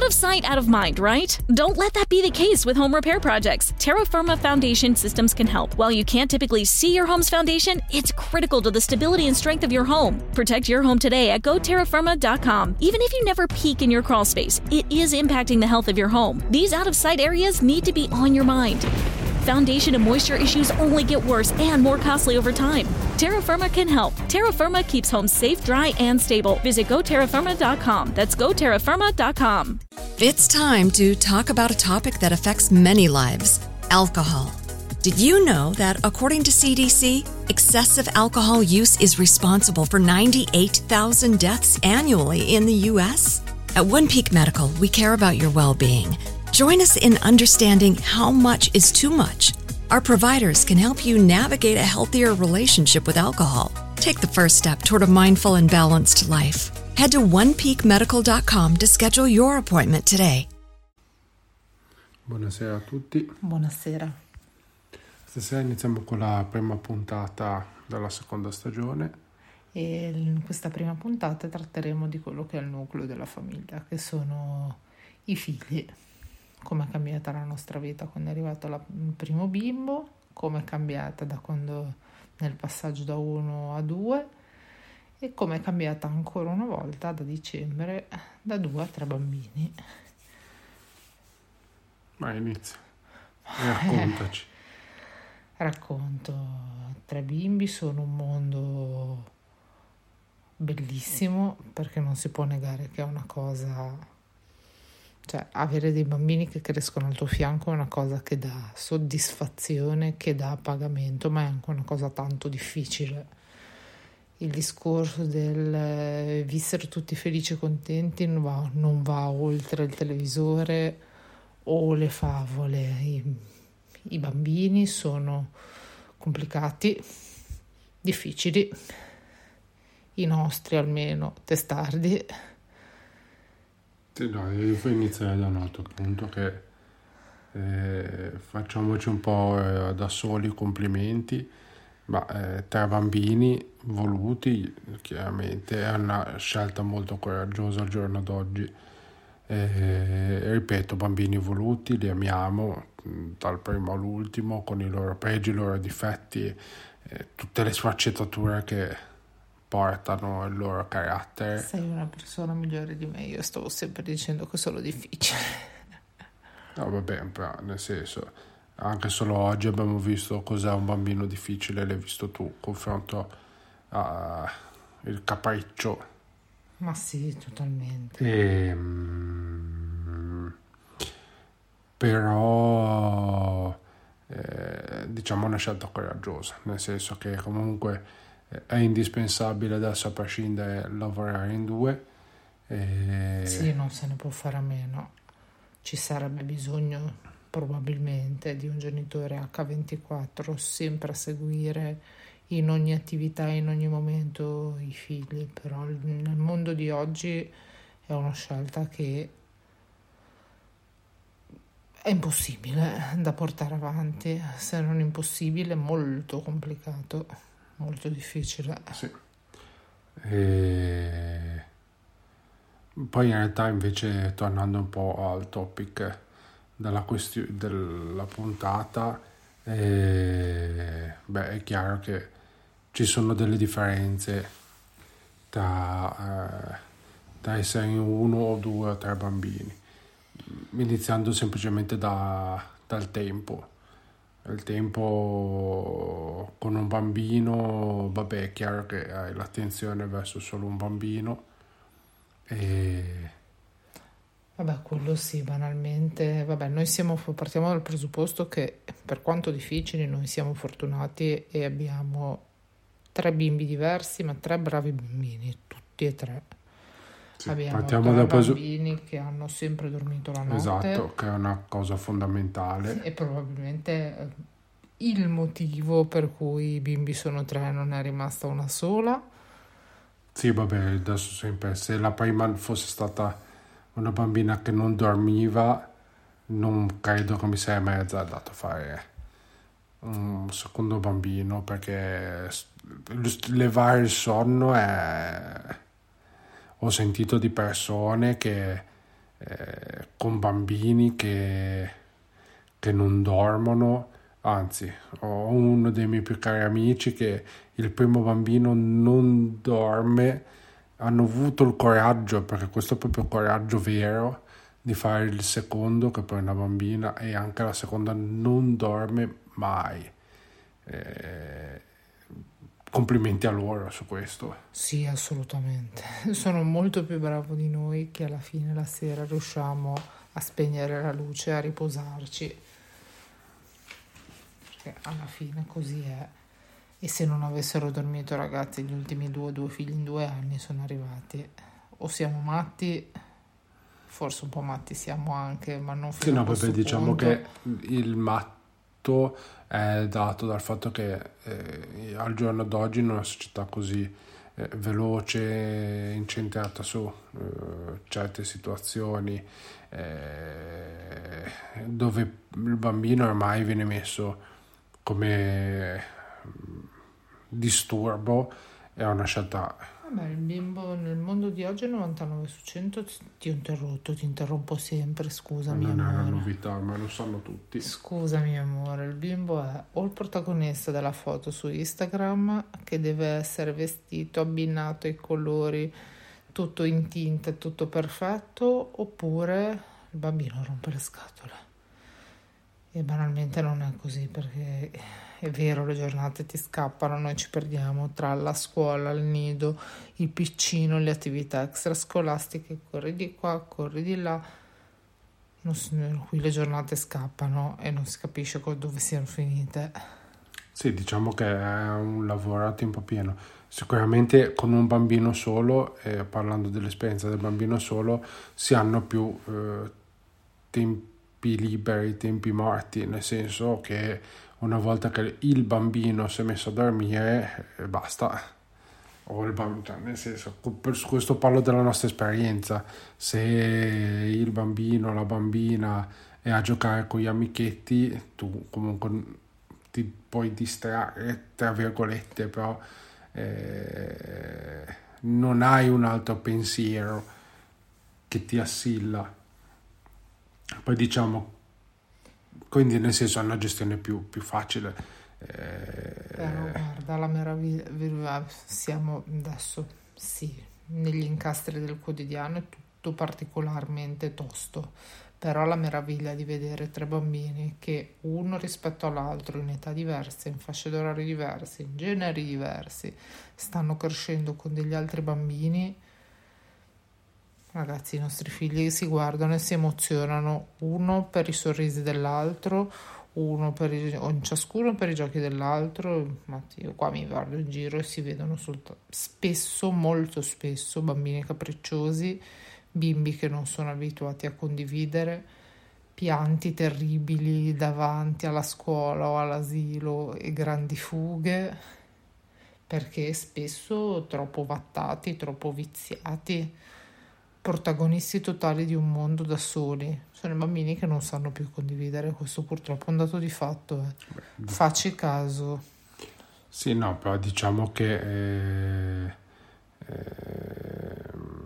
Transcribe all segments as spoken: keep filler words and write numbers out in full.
Out of sight, out of mind, right? Don't let that be the case with home repair projects. Terra Firma Foundation Systems can help. While you can't typically see your home's foundation, it's critical to the stability and strength of your home. Protect your home today at go terra firma dot com. Even if you never peek in your crawl space, it is impacting the health of your home. These out-of-sight areas need to be on your mind. Foundation and moisture issues only get worse and more costly over time. Terra Firma can help. Terra Firma keeps homes safe, dry, and stable. Visit go terra firma dot com. That's go terra firma dot com. It's time to talk about a topic that affects many lives: alcohol. Did you know that, according to C D C, excessive alcohol use is responsible for ninety-eight thousand deaths annually in the U S? At One Peak Medical, we care about your well-being. Join us in understanding how much is too much. Our providers can help you navigate a healthier relationship with alcohol. Take the first step toward a mindful and balanced life. Head to one peak medical dot com to schedule your appointment today. Buonasera a tutti. Buonasera. Stasera iniziamo con la prima puntata della seconda stagione. E in questa prima puntata tratteremo di quello che è il nucleo della famiglia, che sono i figli. Come è cambiata la nostra vita quando è arrivato la, il primo bimbo, come è cambiata da quando nel passaggio da uno a due e come è cambiata ancora una volta da dicembre da due a tre bambini. Ma inizia e raccontaci. Eh, racconto, tre bimbi sono un mondo bellissimo, perché non si può negare che è una cosa... Cioè, avere dei bambini che crescono al tuo fianco è una cosa che dà soddisfazione, che dà pagamento, ma è anche una cosa tanto difficile. Il discorso del eh, vissero tutti felici e contenti non va, non va oltre il televisore o le favole. I, i bambini sono complicati, difficili, i nostri almeno testardi. Sì, no, io inizierei da un altro punto, che eh, facciamoci un po' eh, da soli i complimenti, ma eh, tre bambini voluti chiaramente è una scelta molto coraggiosa al giorno d'oggi. Eh, ripeto, bambini voluti, li amiamo dal primo all'ultimo, con i loro pregi, i loro difetti, eh, tutte le sfaccettature che portano il loro carattere. Sei una persona migliore di me, io stavo sempre dicendo che sono difficile. No, vabbè, però nel senso, anche solo oggi abbiamo visto cos'è un bambino difficile, l'hai visto tu, confronto al capriccio. Ma sì, totalmente. E, mm, però eh, diciamo una scelta coraggiosa, nel senso che comunque è indispensabile adesso, a prescindere, lavorare in due. E... Sì, non se ne può fare a meno. Ci sarebbe bisogno probabilmente di un genitore acca ventiquattro sempre a seguire in ogni attività, in ogni momento i figli, però nel mondo di oggi è una scelta che è impossibile da portare avanti, se non impossibile, molto complicato. Molto difficile. Sì. E... Poi in realtà, invece, tornando un po' al topic della, questio- della puntata, eh, beh, è chiaro che ci sono delle differenze tra, eh, tra essere in uno o due o tre bambini, iniziando semplicemente da, dal tempo. Il tempo con un bambino, vabbè, è chiaro che hai l'attenzione verso solo un bambino e... Vabbè, quello sì, banalmente, vabbè, noi siamo, partiamo dal presupposto che, per quanto difficili, noi siamo fortunati e abbiamo tre bimbi diversi, ma tre bravi bambini, tutti e tre. Sì, abbiamo partiamo tre da presu- bambini che hanno sempre dormito la notte. Esatto, che è una cosa fondamentale. E probabilmente il motivo per cui i bimbi sono tre, non è rimasta una sola. Sì, vabbè, adesso sempre, se la prima fosse stata una bambina che non dormiva, non credo che mi sarei mai azzardato a fare un secondo bambino, perché levare il sonno è... Ho sentito di persone che eh, con bambini che, che non dormono. Anzi, ho uno dei miei più cari amici che il primo bambino non dorme, hanno avuto il coraggio, perché questo è proprio coraggio vero, di fare il secondo, che poi è una bambina, e anche la seconda non dorme mai. Eh, complimenti a loro su questo. Sì, assolutamente. Sono molto più bravo di noi, che alla fine la sera riusciamo a spegnere la luce e a riposarci. Perché alla fine così è. E se non avessero dormito, ragazzi, gli ultimi due, due figli in due anni sono arrivati. O siamo matti, forse un po' matti siamo anche, ma non fino sì, no, a questo vabbè, diciamo punto. che il matto è dato dal fatto che eh, al giorno d'oggi in una società così eh, veloce, incentrata su eh, certe situazioni eh, dove il bambino ormai viene messo come disturbo, è una scelta. Vabbè, il bimbo nel mondo di oggi è novantanove su cento. Ti ho interrotto, ti interrompo sempre, scusami Non è una amore. novità, ma lo sanno tutti. Scusami amore, il bimbo è o il protagonista della foto su Instagram, che deve essere vestito, abbinato ai colori, tutto in tinta, tutto perfetto, oppure il bambino rompe le scatole. E banalmente non è così, perché è vero, le giornate ti scappano, noi ci perdiamo tra la scuola, il nido, il piccino, le attività extrascolastiche, corri di qua, corri di là. Non si, qui le giornate scappano e non si capisce dove siano finite. Sì, diciamo che è un lavoro a tempo pieno. Sicuramente con un bambino solo, eh, parlando dell'esperienza del bambino solo, si hanno più eh, tempi liberi, tempi morti, nel senso che una volta che il bambino si è messo a dormire, eh, basta. O il bambino, cioè, nel senso, per questo parlo della nostra esperienza. Se il bambino, la bambina è a giocare con gli amichetti, tu comunque ti puoi distrarre, tra virgolette, però eh, non hai un altro pensiero che ti assilla. Poi diciamo, quindi nel senso è una gestione più, più facile. Eh, Però guarda, la meraviglia, siamo adesso, sì, negli incastri del quotidiano è tutto particolarmente tosto, però la meraviglia di vedere tre bambini che uno rispetto all'altro, in età diverse, in fasce d'orario diverse, in generi diversi, stanno crescendo con degli altri bambini. Ragazzi, i nostri figli si guardano e si emozionano, uno per i sorrisi dell'altro, uno per i, ciascuno per i giochi dell'altro. Ma io qua mi guardo in giro e si vedono soltanto, spesso, molto spesso, bambini capricciosi, bimbi che non sono abituati a condividere, pianti terribili davanti alla scuola o all'asilo e grandi fughe, perché spesso troppo vattati, troppo viziati, protagonisti totali di un mondo da soli. Sono i bambini che non sanno più condividere, questo purtroppo è un dato di fatto. Eh. Facci caso. Sì, no, però diciamo che eh, eh,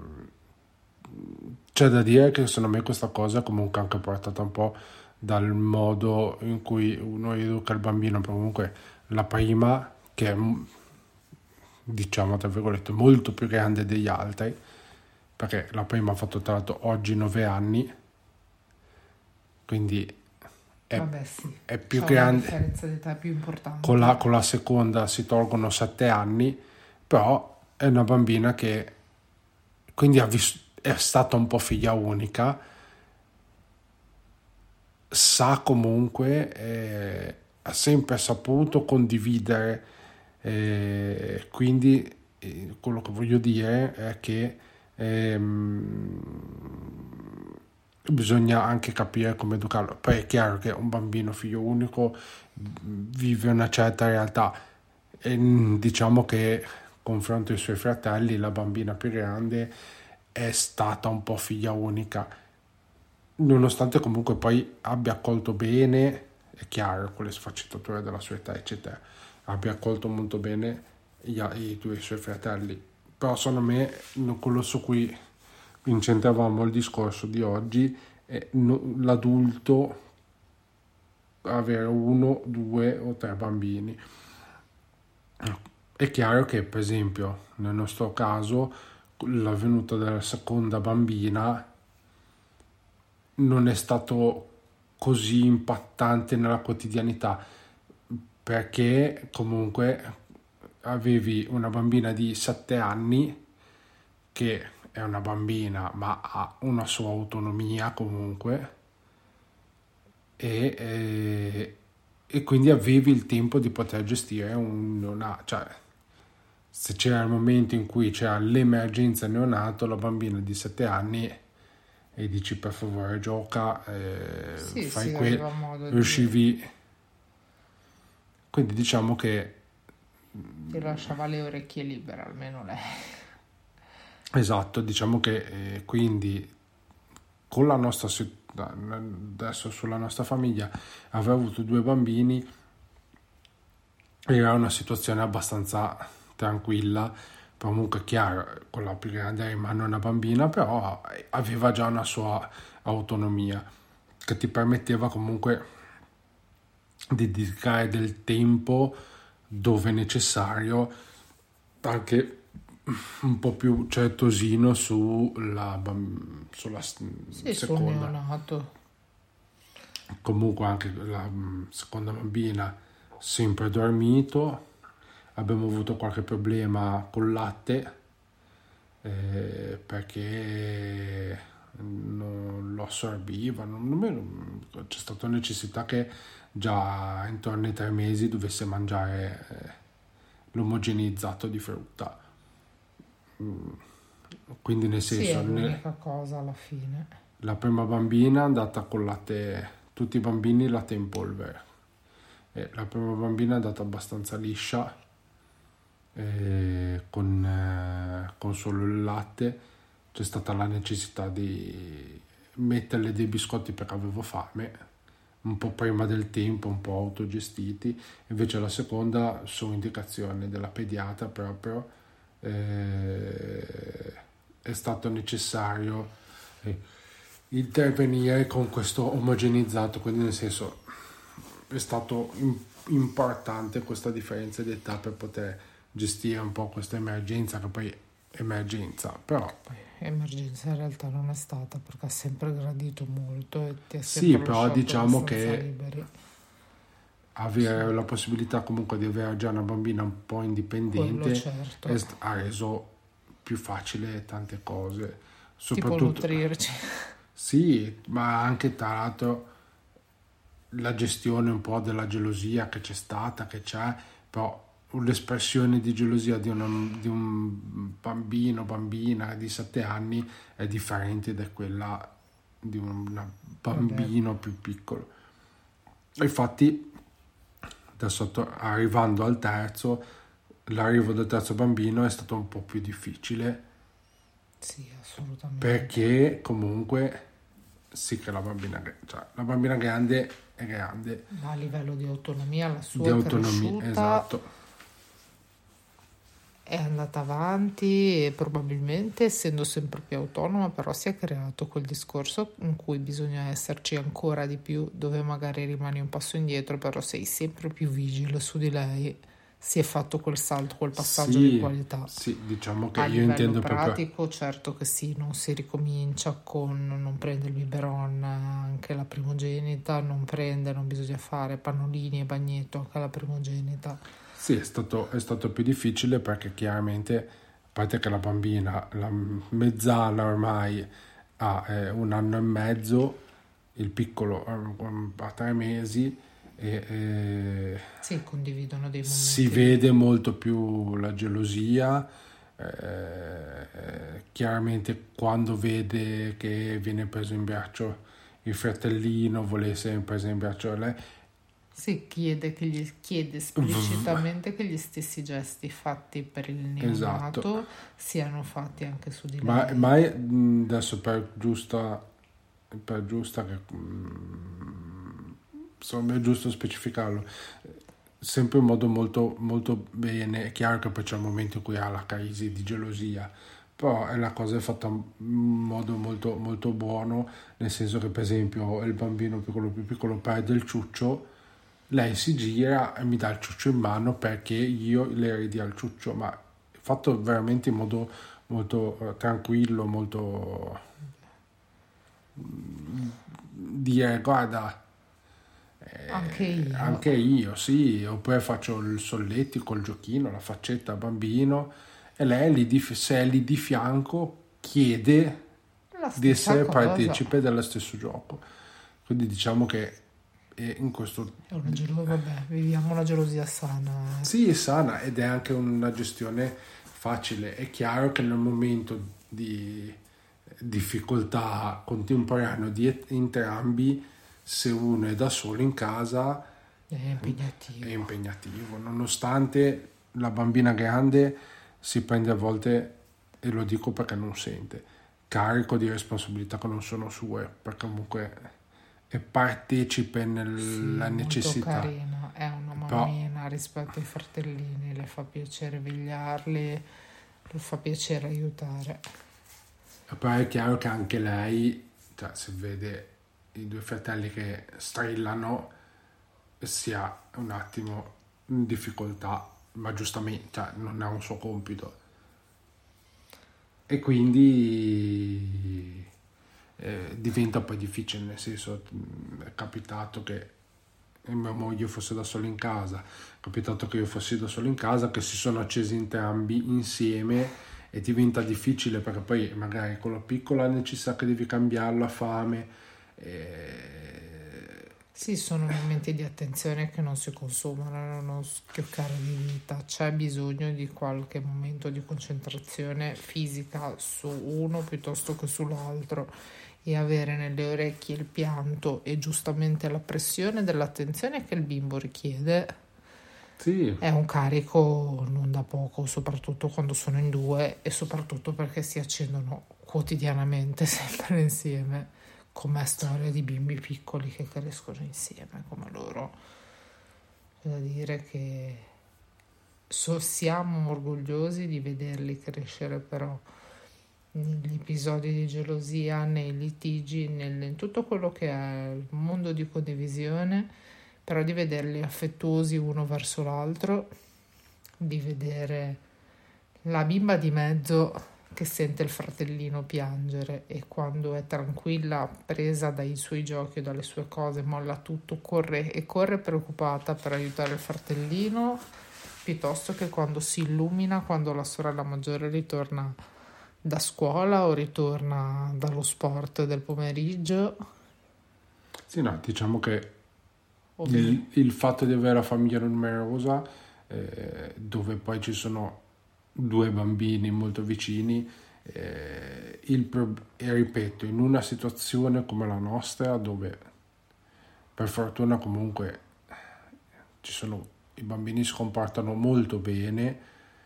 c'è da dire che secondo me questa cosa è comunque anche portata un po' dal modo in cui uno educa il bambino, però comunque la prima, che è, diciamo tra virgolette, molto più grande degli altri, perché la prima ha fatto tra l'altro oggi nove anni, quindi è, Vabbè, sì. è più C'è grande. Una differenza di età più importante. Con la, con la seconda si tolgono sette anni, però è una bambina che quindi ha vis- è stata un po' figlia unica, sa comunque, eh, ha sempre saputo condividere, eh, quindi eh, quello che voglio dire è che Ehm, bisogna anche capire come educarlo. Poi è chiaro che un bambino figlio unico vive una certa realtà e diciamo che confronto ai suoi fratelli la bambina più grande è stata un po' figlia unica, nonostante comunque poi abbia accolto bene, è chiaro, con le sfaccettature della sua età eccetera, abbia accolto molto bene gli, i due suoi fratelli. Però secondo me quello su cui incentravamo il discorso di oggi e no, l'adulto avere uno, due o tre bambini. È chiaro che, per esempio, nel nostro caso, la venuta della seconda bambina non è stato così impattante nella quotidianità, perché comunque avevi una bambina di sette anni che è una bambina ma ha una sua autonomia comunque e, e, e quindi avevi il tempo di poter gestire un neonato, cioè se c'era il momento in cui c'era l'emergenza neonato, la bambina di sette anni e dici per favore gioca, eh, Sì, fai sì, quello, aveva modo di- riuscivi, quindi diciamo che Ti lasciava le orecchie libere, almeno lei. esatto, diciamo che eh, quindi con la nostra sit- adesso sulla nostra famiglia aver avuto due bambini era una situazione abbastanza tranquilla. Comunque chiaro, con la più grande rimane una bambina, però aveva già una sua autonomia che ti permetteva comunque di dedicare del tempo dove necessario, anche un po' più certosino sulla, bam- sulla s- Sì, sul seconda. neonato. Comunque anche la mm, seconda bambina sempre dormito, abbiamo avuto qualche problema col latte eh, perché non lo assorbiva, non, non me- c'è stata necessità che già intorno ai tre mesi dovesse mangiare eh, l'omogeneizzato di frutta. Mm, quindi nel Sì, senso è ne- l'unica cosa alla fine. la prima bambina è andata con latte, tutti i bambini latte in polvere. E la prima bambina è andata abbastanza liscia, eh, con, eh, con solo il latte. C'è stata la necessità di metterle dei biscotti perché avevo fame, un po' prima del tempo, un po' autogestiti. Invece la seconda, su indicazione della pediatra proprio, eh, è stato necessario eh, intervenire con questo omogenizzato, quindi nel senso è stato im- importante questa differenza di età per poter gestire un po' questa emergenza, che poi è emergenza, però Poi emergenza in realtà non è stata, perché ha sempre gradito molto e ti ha Sì, sempre però lasciato diciamo abbastanza che- liberi. avere la possibilità comunque di avere già una bambina un po' indipendente Quello certo. è st- ha reso più facile tante cose, Tipo soprattutto nutrirci. sì, ma anche tra l'altro la gestione un po' della gelosia che c'è stata, che c'è, però l'espressione di gelosia di, una, di un bambino, bambina di sette anni è differente da quella di un bambino più piccolo. Infatti, adesso to- arrivando al terzo, l'arrivo del terzo bambino è stato un po' più difficile, Sì, assolutamente. perché comunque sì che la bambina, cioè, la bambina grande è grande, Ma a livello di autonomia la sua di è autonomia, cresciuta, esatto. è andata avanti e probabilmente, essendo sempre più autonoma, però si è creato quel discorso in cui bisogna esserci ancora di più, dove magari rimani un passo indietro, però sei sempre più vigile su di lei. Si è fatto quel salto, quel passaggio Sì, di qualità. sì, diciamo che A io livello intendo proprio pratico, certo che sì, non si ricomincia con non prende il biberon anche la primogenita, non prende, non bisogna fare pannolini e bagnetto anche alla primogenita. sì, è stato, è stato più difficile perché chiaramente, a parte che la bambina, la mezzala ormai ha eh, un anno e mezzo, il piccolo eh, ha tre mesi e eh, Sì, condividono dei momenti. si vede molto più la gelosia. Eh, chiaramente quando vede che viene preso in braccio il fratellino, vuole essere preso in braccio lei. Si chiede, che gli, chiede esplicitamente che gli stessi gesti fatti per il neonato Esatto. siano fatti anche su di Ma, lei. ma è- mh, adesso per giusta, per giusta che mh, insomma è giusto specificarlo, sempre in modo molto, molto bene. È chiaro che poi c'è il momento in cui ha la crisi di gelosia, però è la cosa è fatta in modo molto, molto buono, nel senso che per esempio il bambino piccolo più piccolo perde il ciuccio, lei si gira e mi dà il ciuccio in mano perché io le ridia il ciuccio, ma è fatto veramente in modo molto eh, tranquillo, molto mm, dire guarda eh, Anche io. anche io sì, oppure faccio il solletico, il giochino, la faccetta al bambino e lei lì di, se è lì di fianco chiede La di stessa essere cosa. partecipe dello stesso gioco, quindi diciamo che è in questo È una gelo- vabbè, viviamo una gelosia sana. eh. sì, è sana ed è anche una gestione facile. È chiaro che nel momento di difficoltà contemporaneo di entrambi, se uno è da solo in casa È impegnativo. è impegnativo, nonostante la bambina grande si prende a volte, e lo dico perché non sente, carico di responsabilità che non sono sue, perché comunque è partecipe nella Sì, necessità. molto carina, è una Però- mammina rispetto ai fratellini, le fa piacere vegliarli, le fa piacere aiutare. E poi è chiaro che anche lei, cioè, se vede i due fratelli che strillano, sia un attimo in difficoltà, ma giustamente, cioè, non è un suo compito. E quindi eh, diventa poi difficile, nel senso, mh, è capitato che mia moglie fosse da sola in casa, è capitato che io fossi da solo in casa, che si sono accesi entrambi insieme e diventa difficile perché poi magari con la piccola necessità che devi cambiarlo, ha fame. Eh... Sì, sono momenti di attenzione che non si consumano in uno schioccare di vita, c'è bisogno di qualche momento di concentrazione fisica su uno piuttosto che sull'altro e avere nelle orecchie il pianto e giustamente la pressione dell'attenzione che il bimbo richiede. Sì, È un carico non da poco, soprattutto quando sono in due e soprattutto perché si accendono quotidianamente sempre insieme, come storia di bimbi piccoli che crescono insieme come loro. C'è da dire che so- siamo orgogliosi di vederli crescere, però negli episodi di gelosia, nei litigi, nel, in tutto quello che è il mondo di condivisione, però di vederli affettuosi uno verso l'altro, di vedere la bimba di mezzo che sente il fratellino piangere e quando è tranquilla, presa dai suoi giochi o dalle sue cose, molla tutto, corre e corre preoccupata per aiutare il fratellino, piuttosto che quando si illumina, quando la sorella maggiore ritorna da scuola o ritorna dallo sport del pomeriggio. sì, no, diciamo che Ovvio. il, il fatto di avere la famiglia numerosa, eh, dove poi ci sono due bambini molto vicini, eh, il pro- e ripeto, in una situazione come la nostra, dove per fortuna comunque ci sono, i bambini si comportano molto bene,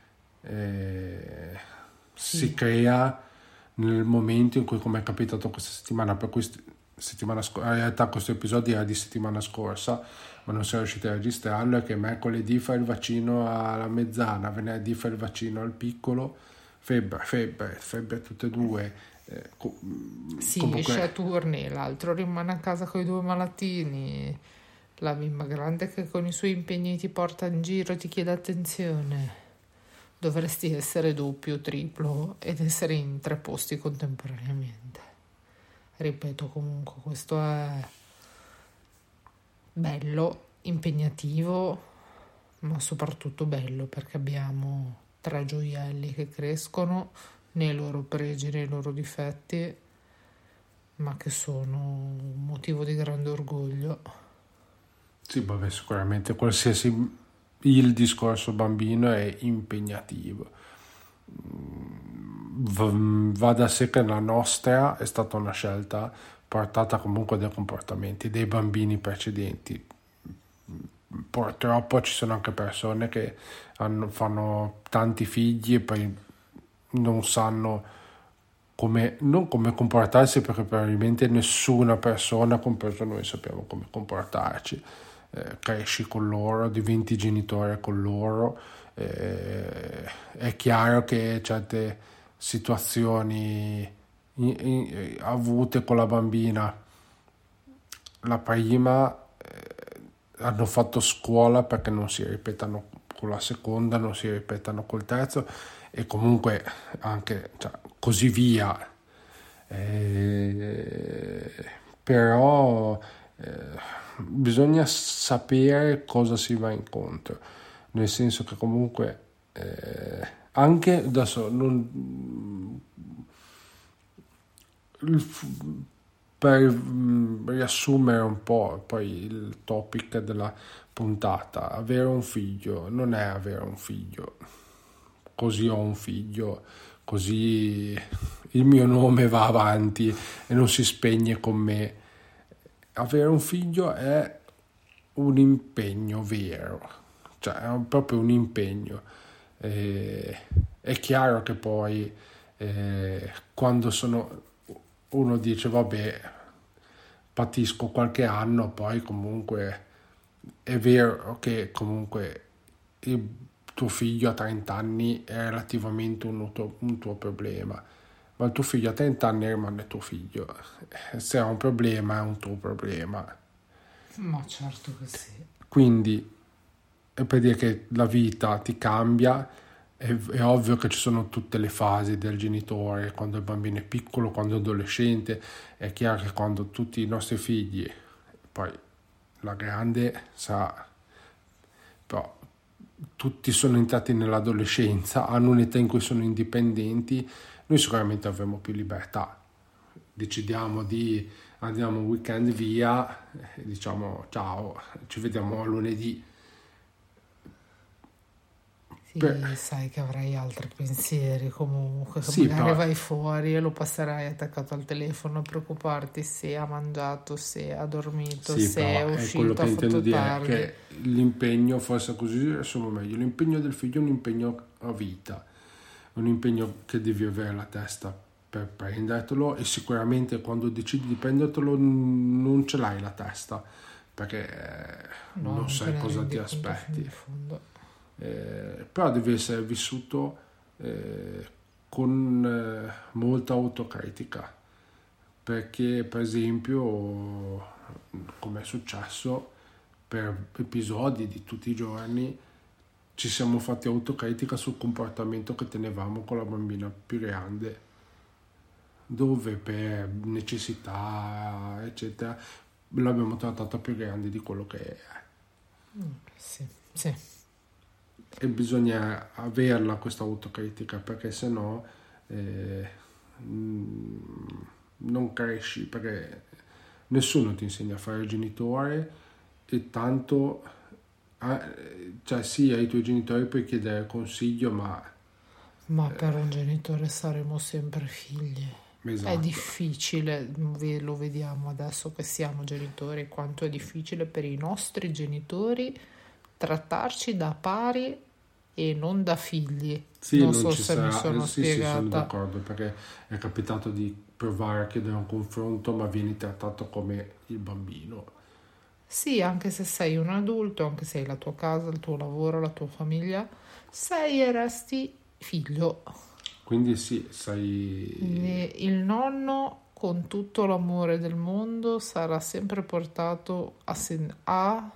eh, Sì. si crea nel momento in cui, come è capitato questa settimana, per cui settimana scorsa, in realtà questo episodio era di settimana scorsa, ma non siamo riusciti a registrarlo, è che mercoledì fa il vaccino alla mezzana, venerdì fa il vaccino al piccolo, febbre, febbre, febbre tutte e due. Eh, co- Sì, comunque- esce a turni, l'altro rimane a casa con i due malatini, la bimba grande che con i suoi impegni ti porta in giro e ti chiede attenzione. Dovresti essere doppio, triplo ed essere in tre posti contemporaneamente. Ripeto, comunque, questo è bello, impegnativo, ma soprattutto bello perché abbiamo tre gioielli che crescono nei loro pregi, nei loro difetti, ma che sono un motivo di grande orgoglio. Sì, vabbè, sicuramente qualsiasi il discorso bambino è impegnativo. V- va da sé che la nostra è stata una scelta portata comunque dai comportamenti dei bambini precedenti. Purtroppo ci sono anche persone che hanno, fanno tanti figli e poi non sanno come, non come comportarsi, perché probabilmente nessuna persona, compreso noi, sappiamo come comportarci. Eh, cresci con loro, diventi genitore con loro, eh, è chiaro che certe situazioni in, in, avute con la bambina. La prima eh, hanno fatto scuola perché non si ripetano con la seconda, non si ripetano col terzo e comunque anche cioè, così via. Eh, però eh, bisogna sapere cosa si va incontro, nel senso che comunque eh, anche adesso non, per riassumere un po' poi il topic della puntata, avere un figlio non è avere un figlio così ho un figlio, così il mio nome va avanti e non si spegne con me. Avere un figlio è un impegno vero, cioè è un, proprio un impegno. Eh, è chiaro che poi eh, quando sono uno dice vabbè patisco qualche anno, poi comunque è vero che comunque il tuo figlio a trenta anni è relativamente un tuo, un tuo problema, ma il tuo figlio a trenta anni rimane tuo figlio. Se ha un problema è un tuo problema. Ma certo che sì. Quindi è per dire che la vita ti cambia, è, è ovvio che ci sono tutte le fasi del genitore, quando il bambino è piccolo, quando è adolescente, è chiaro che quando tutti i nostri figli, poi la grande sa, però tutti sono entrati nell'adolescenza, hanno un'età in cui sono indipendenti, noi sicuramente avremo più libertà, decidiamo di andiamo un weekend via, diciamo ciao, ci vediamo lunedì. Sì, Beh, sai che avrai altri pensieri comunque, che sì, magari però, vai fuori e lo passerai attaccato al telefono a preoccuparti se ha mangiato, se ha dormito, sì, se è però è quello uscito, che ha intendo fatto dire è tardi. che l'impegno, forse così riassumo meglio, l'impegno del figlio è un impegno a vita, un impegno che devi avere la testa per prendertelo e sicuramente quando decidi di prendertelo non ce l'hai la testa perché No, non te sai ne cosa rendi ti conto fino aspetti. in fondo. Eh, però deve essere vissuto eh, con eh, molta autocritica, perché per esempio come è successo per episodi di tutti i giorni ci siamo fatti autocritica sul comportamento che tenevamo con la bambina più grande, dove per necessità eccetera l'abbiamo trattata più grande di quello che è. Mm, sì, sì. E bisogna averla questa autocritica perché sennò eh, non cresci, perché nessuno ti insegna a fare il genitore e tanto eh, cioè sì, ai tuoi genitori puoi chiedere consiglio, ma Ma per un genitore saremo sempre figli. esatto. È difficile, lo vediamo adesso che siamo genitori, quanto è difficile per i nostri genitori trattarci da pari e non da figli. Sì, non, non so ci se sarà, mi sono sì, sì, sono spiegata. d'accordo, perché è capitato di provare a chiedere un confronto, ma vieni trattato come il bambino. Sì, anche se sei un adulto, anche se hai la tua casa, il tuo lavoro, la tua famiglia, sei e resti figlio. Quindi sì, sai... E il nonno, con tutto l'amore del mondo, sarà sempre portato a, sen- a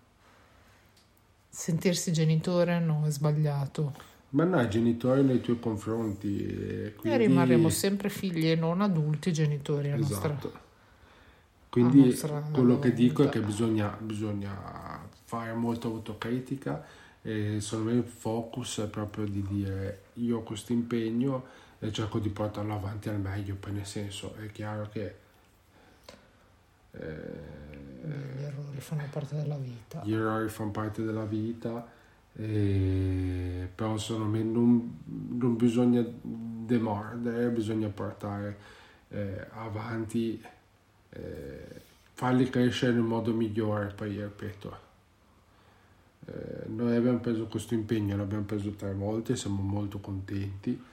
sentirsi genitore, no, è sbagliato. Ma no, i genitori nei tuoi confronti. E quindi... E rimarremo sempre figli e non adulti genitori. A Esatto. nostra... Quindi a nostra quello che dico è vita. che bisogna, bisogna fare molta autocritica e secondo me il focus è proprio di dire io ho questo impegno e cerco di portarlo avanti al meglio, poi nel senso è chiaro che eh, Gli errori fanno parte della vita. gli errori fanno parte della vita, e, però secondo me non, non bisogna demordere, bisogna portare eh, avanti, eh, farli crescere nel modo migliore. Poi ripeto, eh, noi abbiamo preso questo impegno, l'abbiamo preso tre volte, siamo molto contenti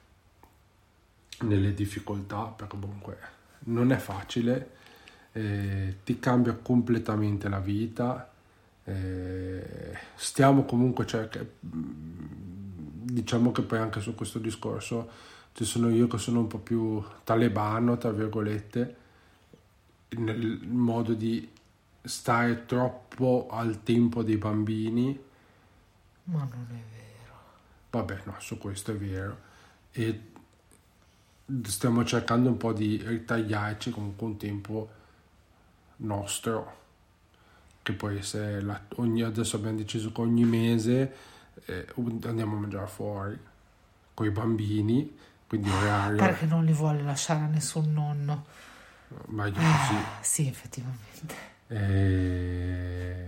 nelle difficoltà, perché comunque non è facile, eh, ti cambia completamente la vita, eh, stiamo comunque, cioè, che, diciamo che poi anche su questo discorso ci sono io che sono un po' più talebano, tra virgolette, nel modo di stare troppo al tempo dei bambini. Ma non è vero. Vabbè, no, su questo è vero. E stiamo cercando un po' di ritagliarci comunque un tempo nostro, che può essere la, ogni, adesso abbiamo deciso che ogni mese eh, andiamo a mangiare fuori con i bambini, quindi orario. Perché non li vuole lasciare a nessun nonno. Ma io Eh, sì. sì, effettivamente. E...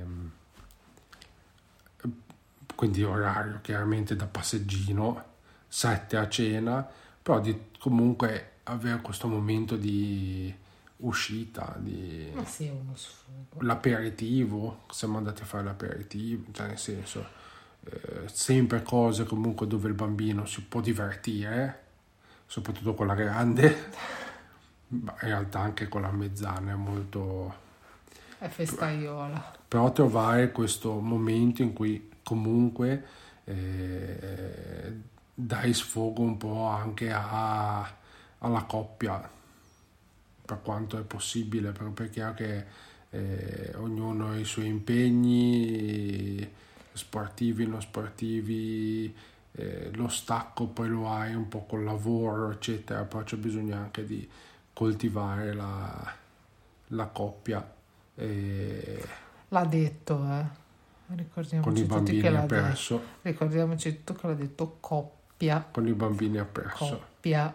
quindi orario chiaramente da passeggino, sette a cena, però di comunque avere questo momento di uscita, di Ma sì, è uno sfogo. l'aperitivo, siamo andati a fare l'aperitivo, cioè nel senso eh, sempre cose comunque dove il bambino si può divertire, soprattutto con la grande, ma in realtà anche con la mezzana è molto... È festaiola. Però trovare questo momento in cui comunque eh, dai sfogo un po' anche a, alla coppia, per quanto è possibile, perché è chiaro che eh, ognuno ha i suoi impegni sportivi, non sportivi, eh, lo stacco poi lo hai un po' col lavoro, eccetera, però c'è bisogno anche di coltivare la, la coppia. E L'ha detto, eh. Ricordiamoci con i tutti bambini che l'ha appresso. detto. Ricordiamoci tutto che l'ha detto coppia. Con i bambini appresso. Coppia.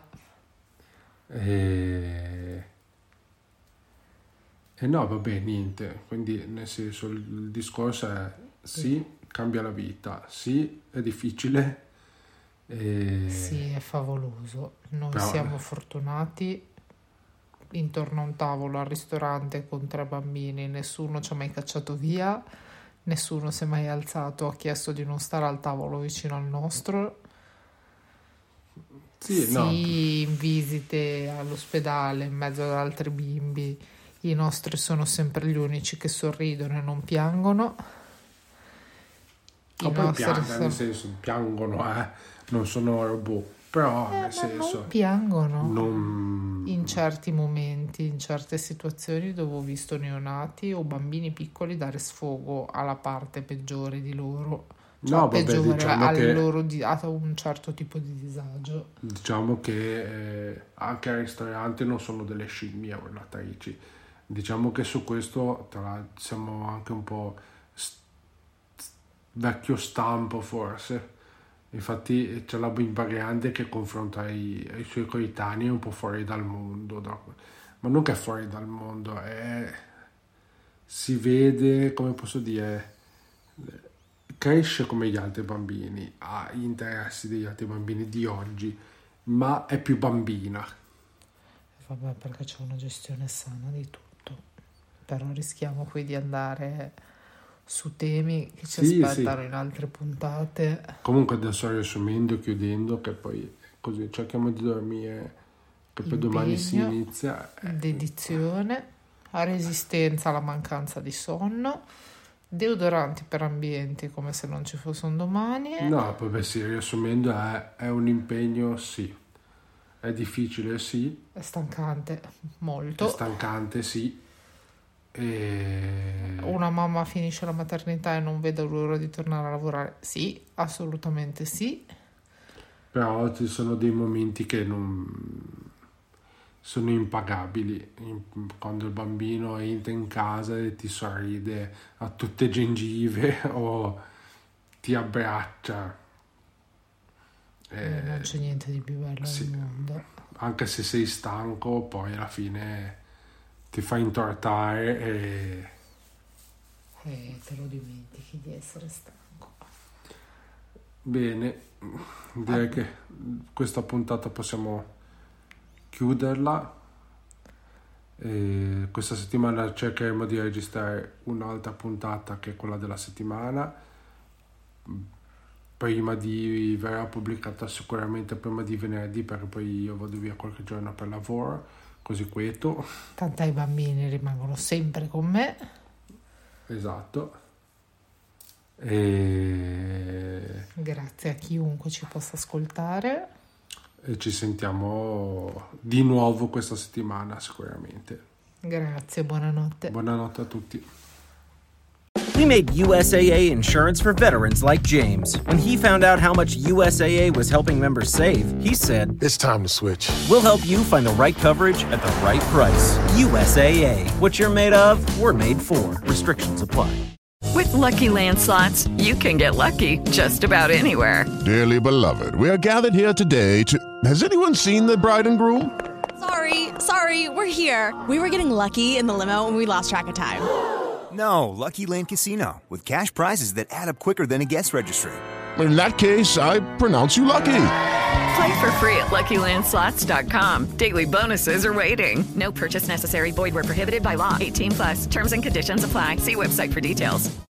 E... e no, vabbè, niente. Quindi, nel senso, il, il discorso è sì, cambia la vita, sì, è difficile. E... Sì, è favoloso. Noi Però... siamo fortunati. Intorno a un tavolo al ristorante con tre bambini, nessuno ci ha mai cacciato via, nessuno si è mai alzato, ha chiesto di non stare al tavolo vicino al nostro. Sì, sì no. In visite all'ospedale in mezzo ad altri bimbi, i nostri sono sempre gli unici che sorridono e non piangono. I poi piangono, sono... nel senso, piangono, eh? Non sono robot. Però eh, nel senso non piangono non... in certi momenti, in certe situazioni dove ho visto neonati o bambini piccoli dare sfogo alla parte peggiore di loro, cioè no, vabbè, peggiore diciamo al che, loro di, a un certo tipo di disagio. Diciamo che eh, anche al ristorante non sono delle scimmie urlatrici, diciamo che su questo tra, siamo anche un po' st- vecchio stampo forse. Infatti c'è la bimba grande che confronta i, i suoi coetanei un po' fuori dal mondo, da, ma non che è fuori dal mondo, è, si vede, come posso dire, cresce come gli altri bambini, ha gli interessi degli altri bambini di oggi, ma è più bambina. Vabbè, perché c'è una gestione sana di tutto, però rischiamo qui di andare... su temi che ci sì, aspettano sì. in altre puntate. Comunque adesso riassumendo, chiudendo, che poi così cerchiamo di dormire, che poi Impegno, domani si inizia. Dedizione, resistenza alla mancanza di sonno, deodoranti per ambienti come se non ci fosse un domani. No, poi beh, sì, riassumendo è, è un impegno, sì. È difficile, sì. È stancante, molto. È stancante, sì. E... una mamma finisce la maternità e non vede l'ora di tornare a lavorare, sì, assolutamente sì, però ci sono dei momenti che non sono impagabili, quando il bambino entra in casa e ti sorride a tutte gengive o ti abbraccia, eh, non c'è niente di più bello sì, al mondo, anche se sei stanco poi alla fine ti fa intortare e... e te lo dimentichi di essere stanco. Bene, direi ah. che questa puntata possiamo chiuderla. E questa settimana cercheremo di registrare un'altra puntata che è quella della settimana. Prima di verrà pubblicata sicuramente prima di venerdì, perché poi io vado via qualche giorno per lavoro. Così quieto. Tanto i bambini rimangono sempre con me. Esatto. E... grazie a chiunque ci possa ascoltare. e ci sentiamo di nuovo questa settimana sicuramente. Grazie, buonanotte. Buonanotte a tutti. We made U S A A insurance for veterans like James. When he found out how much U S A A was helping members save, he said, "It's time to switch." We'll help you find the right coverage at the right price. U S A A. What you're made of, we're made for. Restrictions apply. With Lucky Land Slots, you can get lucky just about anywhere. Dearly beloved, we are gathered here today to... Has anyone seen the bride and groom? Sorry, sorry, we're here. We were getting lucky in the limo and we lost track of time. No, Lucky Land Casino, with cash prizes that add up quicker than a guest registry. In that case, I pronounce you lucky. Play for free at Lucky Land Slots dot com. Daily bonuses are waiting. No purchase necessary. Void where prohibited by law. eighteen plus. Terms and conditions apply. See website for details.